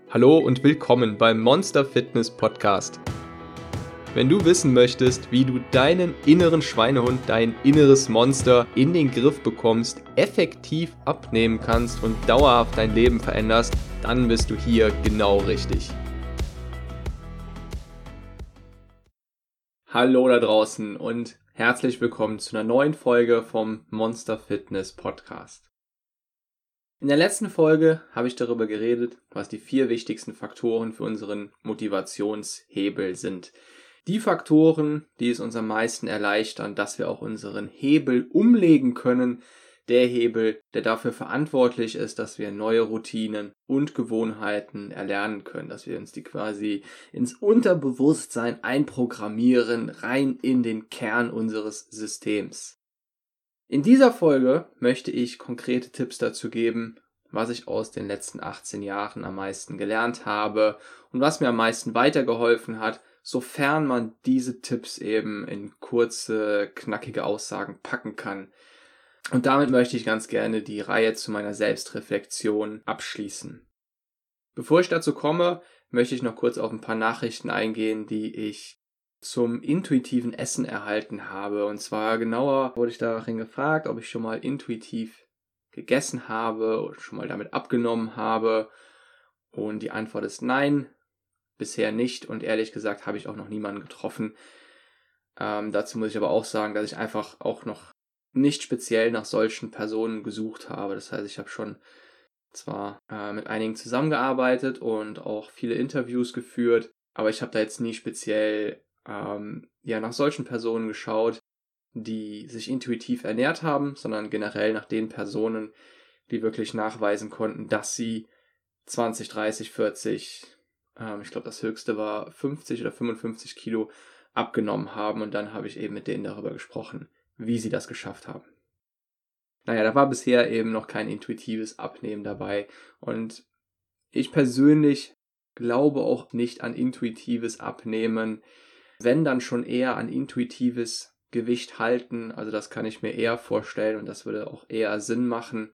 Hallo und willkommen beim Monster Fitness Podcast. Wenn du wissen möchtest, wie du deinen inneren Schweinehund, dein inneres Monster in den Griff bekommst, effektiv abnehmen kannst und dauerhaft dein Leben veränderst, dann bist du hier genau richtig. Hallo da draußen und herzlich willkommen zu einer neuen Folge vom Monster Fitness Podcast. In der letzten Folge habe ich darüber geredet, was die 4 wichtigsten Faktoren für unseren Motivationshebel sind. Die Faktoren, die es uns am meisten erleichtern, dass wir auch unseren Hebel umlegen können. Der Hebel, der dafür verantwortlich ist, dass wir neue Routinen und Gewohnheiten erlernen können, dass wir uns die quasi ins Unterbewusstsein einprogrammieren, rein in den Kern unseres Systems. In dieser Folge möchte ich konkrete Tipps dazu geben, was ich aus den letzten 18 Jahren am meisten gelernt habe und was mir am meisten weitergeholfen hat, sofern man diese Tipps eben in kurze, knackige Aussagen packen kann. Und damit möchte ich ganz gerne die Reihe zu meiner Selbstreflexion abschließen. Bevor ich dazu komme, möchte ich noch kurz auf ein paar Nachrichten eingehen, die ich zum intuitiven Essen erhalten habe. Und zwar genauer wurde ich darin gefragt, ob ich schon mal intuitiv gegessen habe oder schon mal damit abgenommen habe. Und die Antwort ist nein, bisher nicht. Und ehrlich gesagt habe ich auch noch niemanden getroffen. Dazu muss ich aber auch sagen, dass ich einfach auch noch nicht speziell nach solchen Personen gesucht habe. Das heißt, ich habe schon zwar mit einigen zusammengearbeitet und auch viele Interviews geführt, aber ich habe da jetzt nie speziell nach solchen Personen geschaut, die sich intuitiv ernährt haben, sondern generell nach den Personen, die wirklich nachweisen konnten, dass sie 20, 30, 40, ich glaube das höchste war 50 oder 55 Kilo abgenommen haben, und dann habe ich eben mit denen darüber gesprochen, wie sie das geschafft haben. Naja, da war bisher eben noch kein intuitives Abnehmen dabei, und ich persönlich glaube auch nicht an intuitives Abnehmen, wenn dann schon eher an intuitives Gewicht halten. Also das kann ich mir eher vorstellen, und das würde auch eher Sinn machen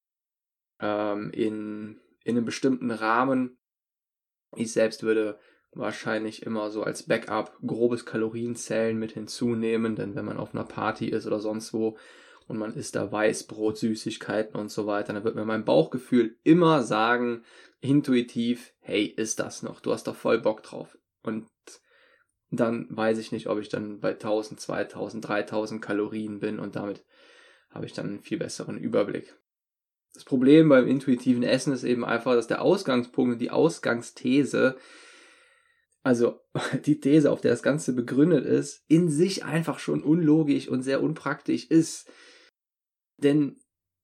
in einem bestimmten Rahmen. Ich selbst würde wahrscheinlich immer so als Backup grobes Kalorienzählen mit hinzunehmen, denn wenn man auf einer Party ist oder sonst wo und man isst da Weißbrot, Süßigkeiten und so weiter, dann wird mir mein Bauchgefühl immer sagen, intuitiv, hey, isst das noch, du hast doch voll Bock drauf. Und dann weiß ich nicht, ob ich dann bei 1000, 2000, 3000 Kalorien bin, und damit habe ich dann einen viel besseren Überblick. Das Problem beim intuitiven Essen ist eben einfach, dass der Ausgangspunkt und die Ausgangsthese, also die These, auf der das Ganze begründet ist, in sich einfach schon unlogisch und sehr unpraktisch ist. Denn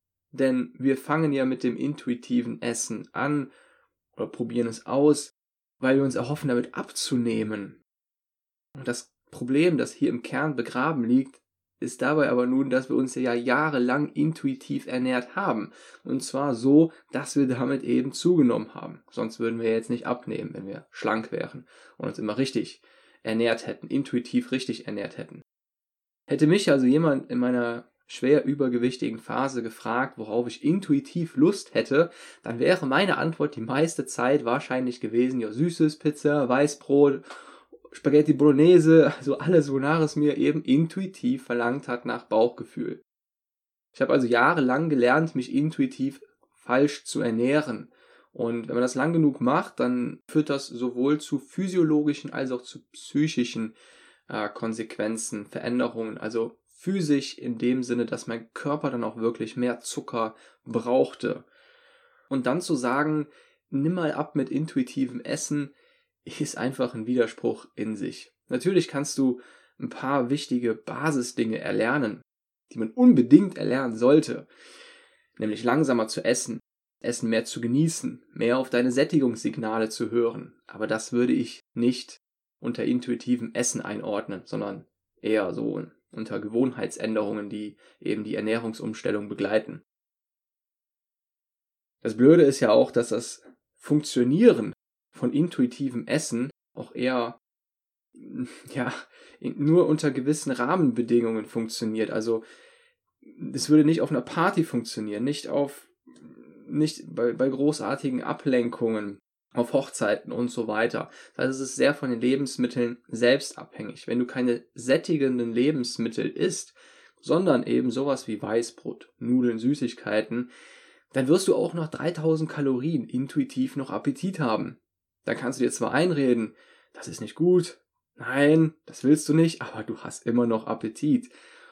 wir fangen ja mit dem intuitiven Essen an oder probieren es aus, weil wir uns erhoffen, damit abzunehmen. Und das Problem, das hier im Kern begraben liegt, ist dabei aber nun, dass wir uns ja jahrelang intuitiv ernährt haben. Und zwar so, dass wir damit eben zugenommen haben. Sonst würden wir jetzt nicht abnehmen, wenn wir schlank wären und uns immer richtig ernährt hätten, intuitiv richtig ernährt hätten. Hätte mich also jemand in meiner schwer übergewichtigen Phase gefragt, worauf ich intuitiv Lust hätte, dann wäre meine Antwort die meiste Zeit wahrscheinlich gewesen, ja, Süßes, Pizza, Weißbrot, Spaghetti Bolognese, also alles, wonach es mir eben intuitiv verlangt hat nach Bauchgefühl. Ich habe also jahrelang gelernt, mich intuitiv falsch zu ernähren. Und wenn man das lang genug macht, dann führt das sowohl zu physiologischen als auch zu psychischen Konsequenzen, Veränderungen. Also physisch in dem Sinne, dass mein Körper dann auch wirklich mehr Zucker brauchte. Und dann zu sagen, nimm mal ab mit intuitivem Essen, ist einfach ein Widerspruch in sich. Natürlich kannst du ein paar wichtige Basisdinge erlernen, die man unbedingt erlernen sollte, nämlich langsamer zu essen, Essen mehr zu genießen, mehr auf deine Sättigungssignale zu hören. Aber das würde ich nicht unter intuitivem Essen einordnen, sondern eher so unter Gewohnheitsänderungen, die eben die Ernährungsumstellung begleiten. Das Blöde ist ja auch, dass das Funktionieren von intuitivem Essen auch eher nur unter gewissen Rahmenbedingungen funktioniert. Also es würde nicht auf einer Party funktionieren, nicht bei großartigen Ablenkungen. auf Hochzeiten und so weiter. Das heißt, es ist sehr von den Lebensmitteln selbst abhängig. Wenn du keine sättigenden Lebensmittel isst, sondern eben sowas wie Weißbrot, Nudeln, Süßigkeiten, dann wirst du auch nach 3000 Kalorien intuitiv noch Appetit haben. Da kannst du dir zwar einreden, das ist nicht gut, nein, das willst du nicht, aber du hast immer noch Appetit.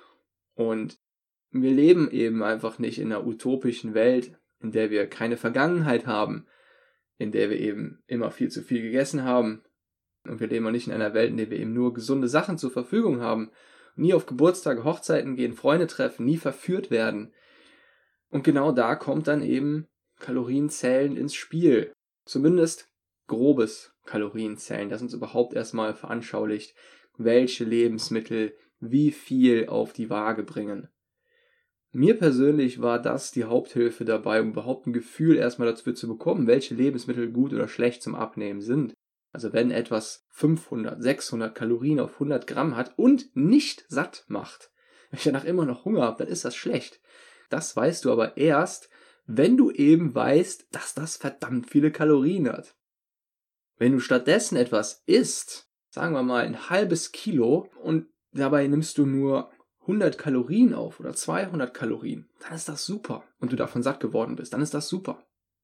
Und wir leben eben einfach nicht in einer utopischen Welt, in der wir keine Vergangenheit haben, in der wir eben immer viel zu viel gegessen haben. Und wir leben auch nicht in einer Welt, in der wir eben nur gesunde Sachen zur Verfügung haben, nie auf Geburtstage, Hochzeiten gehen, Freunde treffen, nie verführt werden. Und genau da kommt dann eben Kalorienzählen ins Spiel. Zumindest grobes Kalorienzählen, das uns überhaupt erstmal veranschaulicht, welche Lebensmittel wie viel auf die Waage bringen. Mir persönlich war das die Haupthilfe dabei, um überhaupt ein Gefühl erstmal dafür zu bekommen, welche Lebensmittel gut oder schlecht zum Abnehmen sind. Also wenn etwas 500, 600 Kalorien auf 100 Gramm hat und nicht satt macht, wenn ich danach immer noch Hunger habe, dann ist das schlecht. Das weißt du aber erst, wenn du eben weißt, dass das verdammt viele Kalorien hat. Wenn du stattdessen etwas isst, sagen wir mal ein halbes Kilo, und dabei nimmst du nur 100 Kalorien auf oder 200 Kalorien, dann ist das super. Und du davon satt geworden bist, dann ist das super.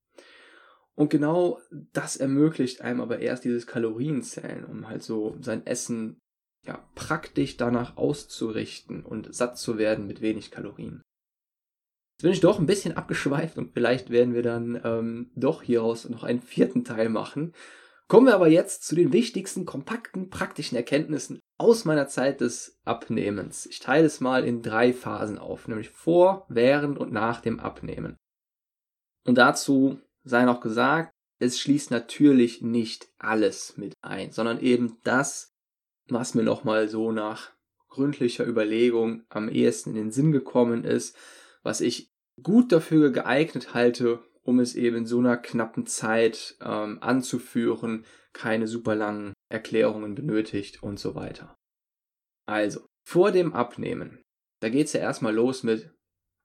Und genau das ermöglicht einem aber erst dieses Kalorienzählen, um halt so sein Essen praktisch danach auszurichten und satt zu werden mit wenig Kalorien. Jetzt bin ich doch ein bisschen abgeschweift und vielleicht werden wir dann doch hieraus noch einen 4. Teil machen. Kommen wir aber jetzt zu den wichtigsten, kompakten, praktischen Erkenntnissen aus meiner Zeit des Abnehmens. Ich teile es mal in 3 Phasen auf, nämlich vor, während und nach dem Abnehmen. Und dazu sei noch gesagt, es schließt natürlich nicht alles mit ein, sondern eben das, was mir nochmal so nach gründlicher Überlegung am ehesten in den Sinn gekommen ist, was ich gut dafür geeignet halte, um es eben in so einer knappen Zeit anzuführen, keine super langen Erklärungen benötigt und so weiter. Also, vor dem Abnehmen, da geht es ja erstmal los mit,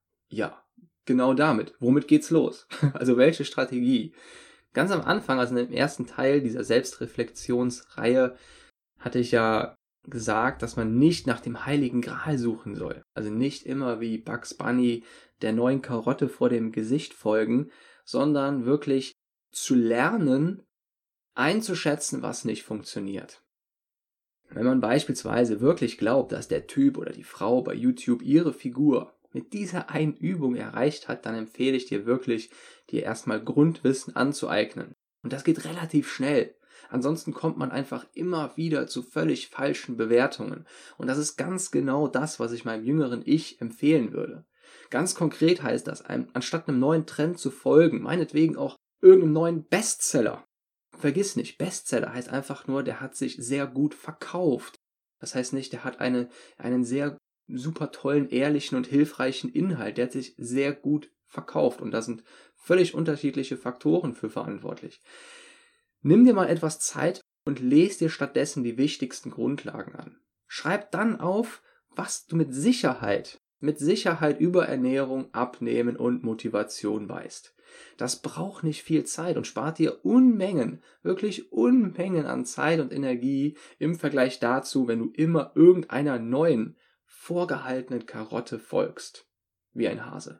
genau damit. Womit geht's los? Also welche Strategie? Ganz am Anfang, also im ersten Teil dieser Selbstreflexionsreihe, hatte ich ja gesagt, dass man nicht nach dem Heiligen Gral suchen soll. Also nicht immer wie Bugs Bunny der neuen Karotte vor dem Gesicht folgen, sondern wirklich zu lernen, einzuschätzen, was nicht funktioniert. Wenn man beispielsweise wirklich glaubt, dass der Typ oder die Frau bei YouTube ihre Figur mit dieser einen Übung erreicht hat, dann empfehle ich dir wirklich, dir erstmal Grundwissen anzueignen. Und das geht relativ schnell. Ansonsten kommt man einfach immer wieder zu völlig falschen Bewertungen. Und das ist ganz genau das, was ich meinem jüngeren Ich empfehlen würde. Ganz konkret heißt das, anstatt einem neuen Trend zu folgen, meinetwegen auch irgendeinem neuen Bestseller. Vergiss nicht, Bestseller heißt einfach nur, der hat sich sehr gut verkauft. Das heißt nicht, der hat einen sehr super tollen, ehrlichen und hilfreichen Inhalt. Der hat sich sehr gut verkauft. Und da sind völlig unterschiedliche Faktoren für verantwortlich. Nimm dir mal etwas Zeit und lese dir stattdessen die wichtigsten Grundlagen an. Schreib dann auf, was du mit Sicherheit über Ernährung, Abnehmen und Motivation weißt. Das braucht nicht viel Zeit und spart dir Unmengen, wirklich Unmengen an Zeit und Energie im Vergleich dazu, wenn du immer irgendeiner neuen, vorgehaltenen Karotte folgst, wie ein Hase.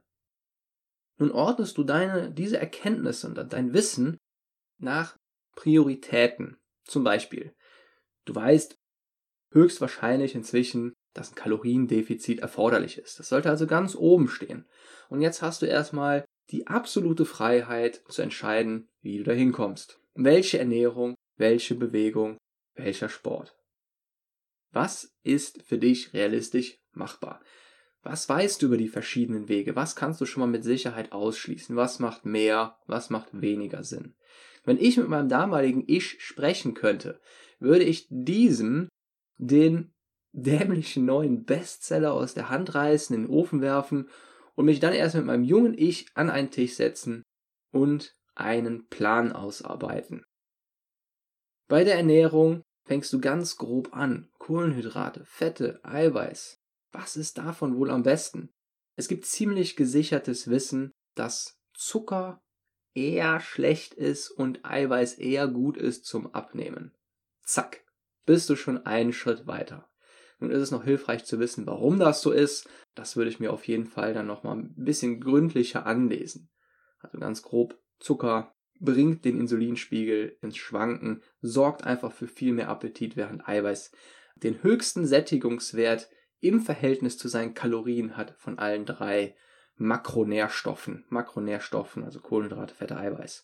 Nun ordnest du diese Erkenntnisse und dein Wissen nach Prioritäten. Zum Beispiel, du weißt höchstwahrscheinlich inzwischen, dass ein Kaloriendefizit erforderlich ist. Das sollte also ganz oben stehen. Und jetzt hast du erstmal die absolute Freiheit zu entscheiden, wie du dahin kommst. Welche Ernährung, welche Bewegung, welcher Sport. Was ist für dich realistisch machbar? Was weißt du über die verschiedenen Wege? Was kannst du schon mal mit Sicherheit ausschließen? Was macht mehr? Was macht weniger Sinn? Wenn ich mit meinem damaligen Ich sprechen könnte, würde ich diesem den dämlichen neuen Bestseller aus der Hand reißen, in den Ofen werfen und mich dann erst mit meinem jungen Ich an einen Tisch setzen und einen Plan ausarbeiten. Bei der Ernährung fängst du ganz grob an. Kohlenhydrate, Fette, Eiweiß. Was ist davon wohl am besten? Es gibt ziemlich gesichertes Wissen, dass Zucker eher schlecht ist und Eiweiß eher gut ist zum Abnehmen. Zack, bist du schon einen Schritt weiter. Nun ist es noch hilfreich zu wissen, warum das so ist. Das würde ich mir auf jeden Fall dann nochmal ein bisschen gründlicher anlesen. Also ganz grob, Zucker bringt den Insulinspiegel ins Schwanken, sorgt einfach für viel mehr Appetit, während Eiweiß den höchsten Sättigungswert im Verhältnis zu seinen Kalorien hat von allen drei Makronährstoffen, also Kohlenhydrate, Fette, Eiweiß.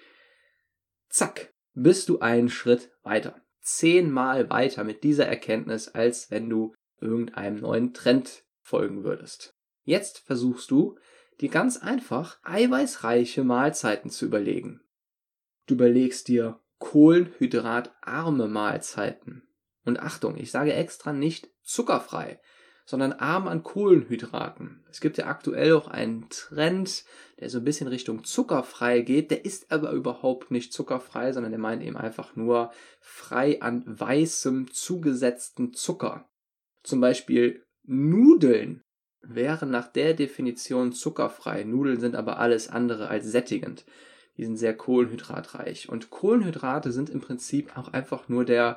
Zack, bist du einen Schritt weiter. 10-mal weiter mit dieser Erkenntnis, als wenn du irgendeinem neuen Trend folgen würdest. Jetzt versuchst du, dir ganz einfach eiweißreiche Mahlzeiten zu überlegen. Du überlegst dir kohlenhydratarme Mahlzeiten. Und Achtung, ich sage extra nicht zuckerfrei, sondern arm an Kohlenhydraten. Es gibt ja aktuell auch einen Trend, der so ein bisschen Richtung zuckerfrei geht. Der ist aber überhaupt nicht zuckerfrei, sondern der meint eben einfach nur frei an weißem zugesetzten Zucker. Zum Beispiel Nudeln wären nach der Definition zuckerfrei. Nudeln sind aber alles andere als sättigend. Die sind sehr kohlenhydratreich. Und Kohlenhydrate sind im Prinzip auch einfach nur der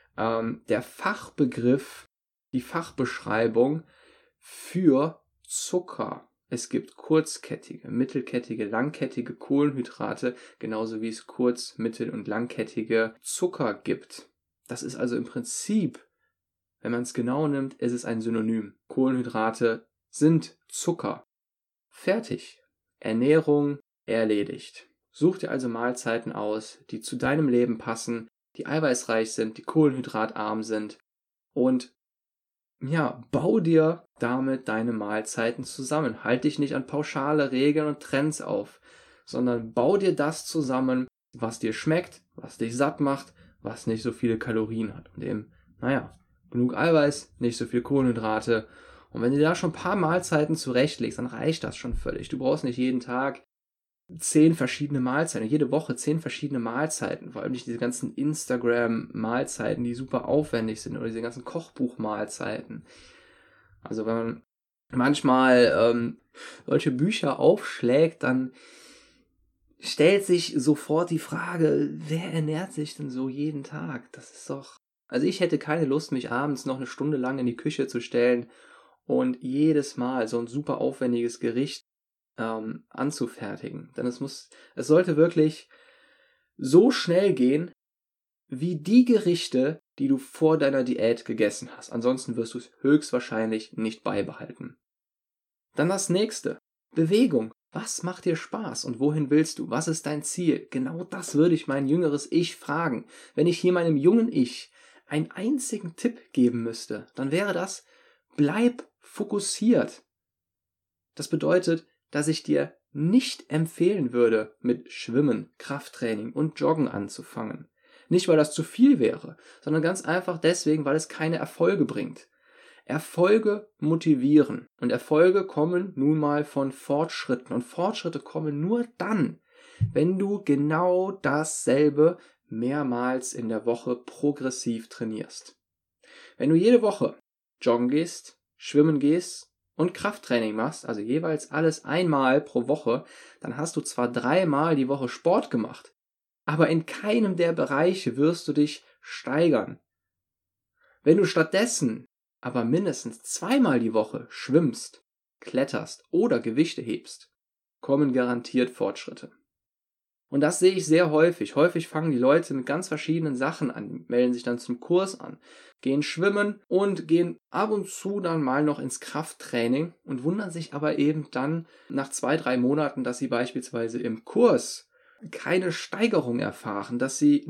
Fachbegriff, die Fachbeschreibung für Zucker. Es gibt kurzkettige, mittelkettige, langkettige Kohlenhydrate, genauso wie es kurz-, mittel- und langkettige Zucker gibt. Das ist also im Prinzip, wenn man es genau nimmt, ist es ein Synonym. Kohlenhydrate sind Zucker. Fertig. Ernährung erledigt. Such dir also Mahlzeiten aus, die zu deinem Leben passen, die eiweißreich sind, die kohlenhydratarm sind und ja, bau dir damit deine Mahlzeiten zusammen. Halt dich nicht an pauschale Regeln und Trends auf, sondern bau dir das zusammen, was dir schmeckt, was dich satt macht, was nicht so viele Kalorien hat. Und eben, genug Eiweiß, nicht so viel Kohlenhydrate. Und wenn du da schon ein paar Mahlzeiten zurechtlegst, dann reicht das schon völlig. Du brauchst nicht jeden Tag 10 verschiedene Mahlzeiten, jede Woche 10 verschiedene Mahlzeiten, vor allem nicht diese ganzen Instagram-Mahlzeiten, die super aufwendig sind, oder diese ganzen Kochbuch-Mahlzeiten. Also wenn man manchmal solche Bücher aufschlägt, dann stellt sich sofort die Frage, wer ernährt sich denn so jeden Tag? Das ist doch... Also ich hätte keine Lust, mich abends noch eine Stunde lang in die Küche zu stellen und jedes Mal so ein super aufwendiges Gericht anzufertigen. Denn es sollte wirklich so schnell gehen, wie die Gerichte, die du vor deiner Diät gegessen hast. Ansonsten wirst du es höchstwahrscheinlich nicht beibehalten. Dann das nächste. Bewegung. Was macht dir Spaß und wohin willst du? Was ist dein Ziel? Genau das würde ich mein jüngeres Ich fragen. Wenn ich hier meinem jungen Ich einen einzigen Tipp geben müsste, dann wäre das: bleib fokussiert. Das bedeutet, dass ich dir nicht empfehlen würde, mit Schwimmen, Krafttraining und Joggen anzufangen. Nicht, weil das zu viel wäre, sondern ganz einfach deswegen, weil es keine Erfolge bringt. Erfolge motivieren und Erfolge kommen nun mal von Fortschritten und Fortschritte kommen nur dann, wenn du genau dasselbe mehrmals in der Woche progressiv trainierst. Wenn du jede Woche joggen gehst, schwimmen gehst und Krafttraining machst, also jeweils alles einmal pro Woche, dann hast du zwar 3-mal die Woche Sport gemacht, aber in keinem der Bereiche wirst du dich steigern. Wenn du stattdessen aber mindestens 2-mal die Woche schwimmst, kletterst oder Gewichte hebst, kommen garantiert Fortschritte. Und das sehe ich sehr häufig. Häufig fangen die Leute mit ganz verschiedenen Sachen an, melden sich dann zum Kurs an, gehen schwimmen und gehen ab und zu dann mal noch ins Krafttraining und wundern sich aber eben dann nach 2-3 Monaten, dass sie beispielsweise im Kurs keine Steigerung erfahren, dass sie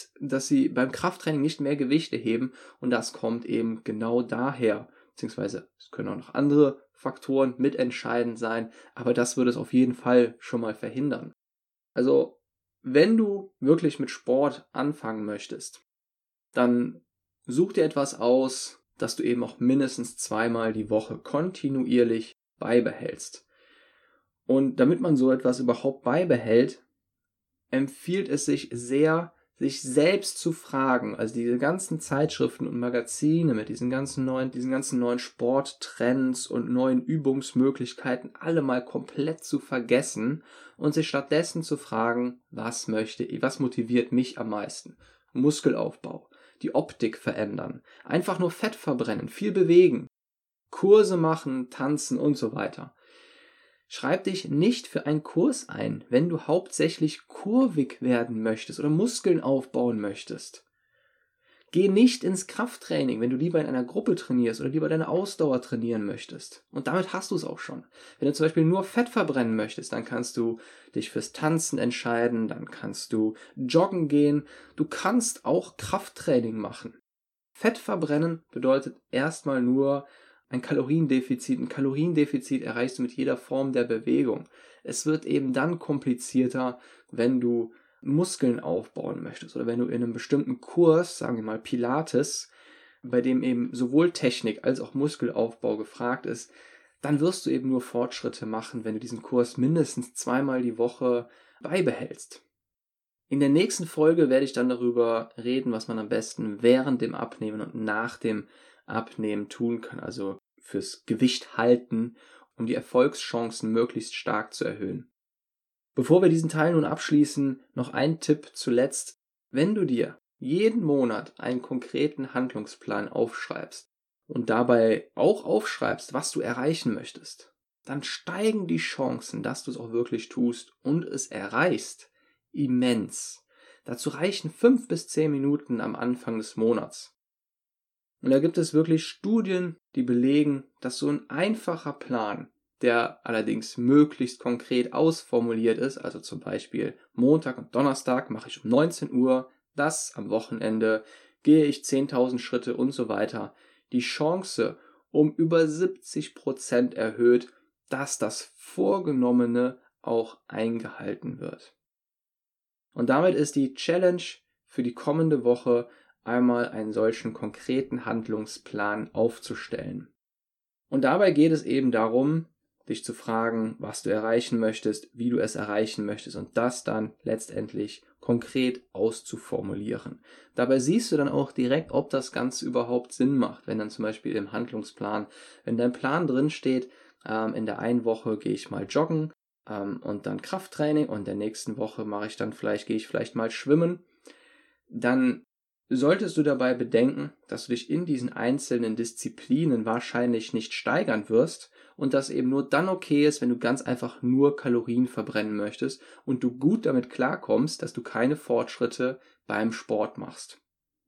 beim Krafttraining nicht mehr Gewichte heben, und das kommt eben genau daher, beziehungsweise es können auch noch andere Faktoren mitentscheidend sein, aber das würde es auf jeden Fall schon mal verhindern. Also, wenn du wirklich mit Sport anfangen möchtest, dann such dir etwas aus, das du eben auch mindestens 2-mal die Woche kontinuierlich beibehältst. Und damit man so etwas überhaupt beibehält, empfiehlt es sich sehr, sich selbst zu fragen, also diese ganzen Zeitschriften und Magazine mit diesen ganzen neuen Sporttrends und neuen Übungsmöglichkeiten alle mal komplett zu vergessen und sich stattdessen zu fragen, was motiviert mich am meisten? Muskelaufbau, die Optik verändern, einfach nur Fett verbrennen, viel bewegen, Kurse machen, tanzen und so weiter. Schreib dich nicht für einen Kurs ein, wenn du hauptsächlich kurvig werden möchtest oder Muskeln aufbauen möchtest. Geh nicht ins Krafttraining, wenn du lieber in einer Gruppe trainierst oder lieber deine Ausdauer trainieren möchtest. Und damit hast du es auch schon. Wenn du zum Beispiel nur Fett verbrennen möchtest, dann kannst du dich fürs Tanzen entscheiden, dann kannst du joggen gehen, du kannst auch Krafttraining machen. Fett verbrennen bedeutet erstmal nur ein Kaloriendefizit. Ein Kaloriendefizit erreichst du mit jeder Form der Bewegung. Es wird eben dann komplizierter, wenn du Muskeln aufbauen möchtest oder wenn du in einem bestimmten Kurs, sagen wir mal Pilates, bei dem eben sowohl Technik als auch Muskelaufbau gefragt ist, dann wirst du eben nur Fortschritte machen, wenn du diesen Kurs mindestens 2-mal die Woche beibehältst. In der nächsten Folge werde ich dann darüber reden, was man am besten während dem Abnehmen und nach dem Abnehmen tun kann, also fürs Gewicht halten, um die Erfolgschancen möglichst stark zu erhöhen. Bevor wir diesen Teil nun abschließen, noch ein Tipp zuletzt. Wenn du dir jeden Monat einen konkreten Handlungsplan aufschreibst und dabei auch aufschreibst, was du erreichen möchtest, dann steigen die Chancen, dass du es auch wirklich tust und es erreichst, immens. Dazu reichen 5 bis 10 Minuten am Anfang des Monats. Und da gibt es wirklich Studien, die belegen, dass so ein einfacher Plan, der allerdings möglichst konkret ausformuliert ist, also zum Beispiel Montag und Donnerstag mache ich um 19 Uhr das, am Wochenende gehe ich 10.000 Schritte und so weiter, die Chance um über 70% erhöht, dass das Vorgenommene auch eingehalten wird. Und damit ist die Challenge für die kommende Woche, einmal einen solchen konkreten Handlungsplan aufzustellen. Und dabei geht es eben darum, dich zu fragen, was du erreichen möchtest, wie du es erreichen möchtest und das dann letztendlich konkret auszuformulieren. Dabei siehst du dann auch direkt, ob das Ganze überhaupt Sinn macht, wenn dann zum Beispiel im Handlungsplan, wenn dein Plan drin steht, in der einen Woche gehe ich mal joggen und dann Krafttraining und in der nächsten Woche gehe ich vielleicht mal schwimmen, dann solltest du dabei bedenken, dass du dich in diesen einzelnen Disziplinen wahrscheinlich nicht steigern wirst und das eben nur dann okay ist, wenn du ganz einfach nur Kalorien verbrennen möchtest und du gut damit klarkommst, dass du keine Fortschritte beim Sport machst.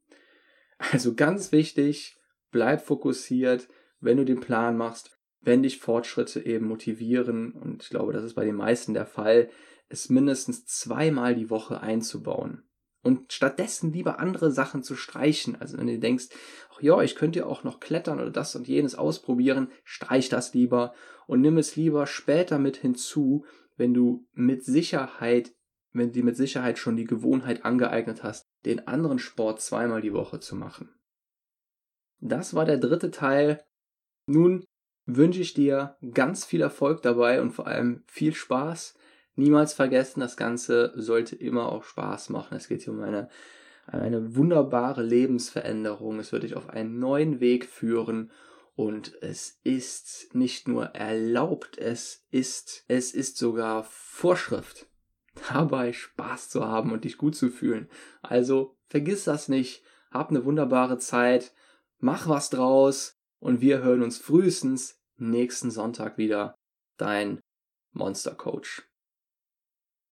Also ganz wichtig, bleib fokussiert, wenn du den Plan machst, wenn dich Fortschritte eben motivieren, und ich glaube, das ist bei den meisten der Fall, es mindestens 2-mal die Woche einzubauen. Und stattdessen lieber andere Sachen zu streichen. Also wenn du denkst, ach ja, ich könnte ja auch noch klettern oder das und jenes ausprobieren, streich das lieber und nimm es lieber später mit hinzu, wenn du mit Sicherheit schon die Gewohnheit angeeignet hast, den anderen Sport 2-mal die Woche zu machen. Das war der 3. Teil. Nun wünsche ich dir ganz viel Erfolg dabei und vor allem viel Spaß. Niemals vergessen, das Ganze sollte immer auch Spaß machen. Es geht hier um eine wunderbare Lebensveränderung. Es wird dich auf einen neuen Weg führen und es ist nicht nur erlaubt, es ist sogar Vorschrift, dabei Spaß zu haben und dich gut zu fühlen. Also vergiss das nicht, hab eine wunderbare Zeit, mach was draus und wir hören uns frühestens nächsten Sonntag wieder. Dein Monster Coach.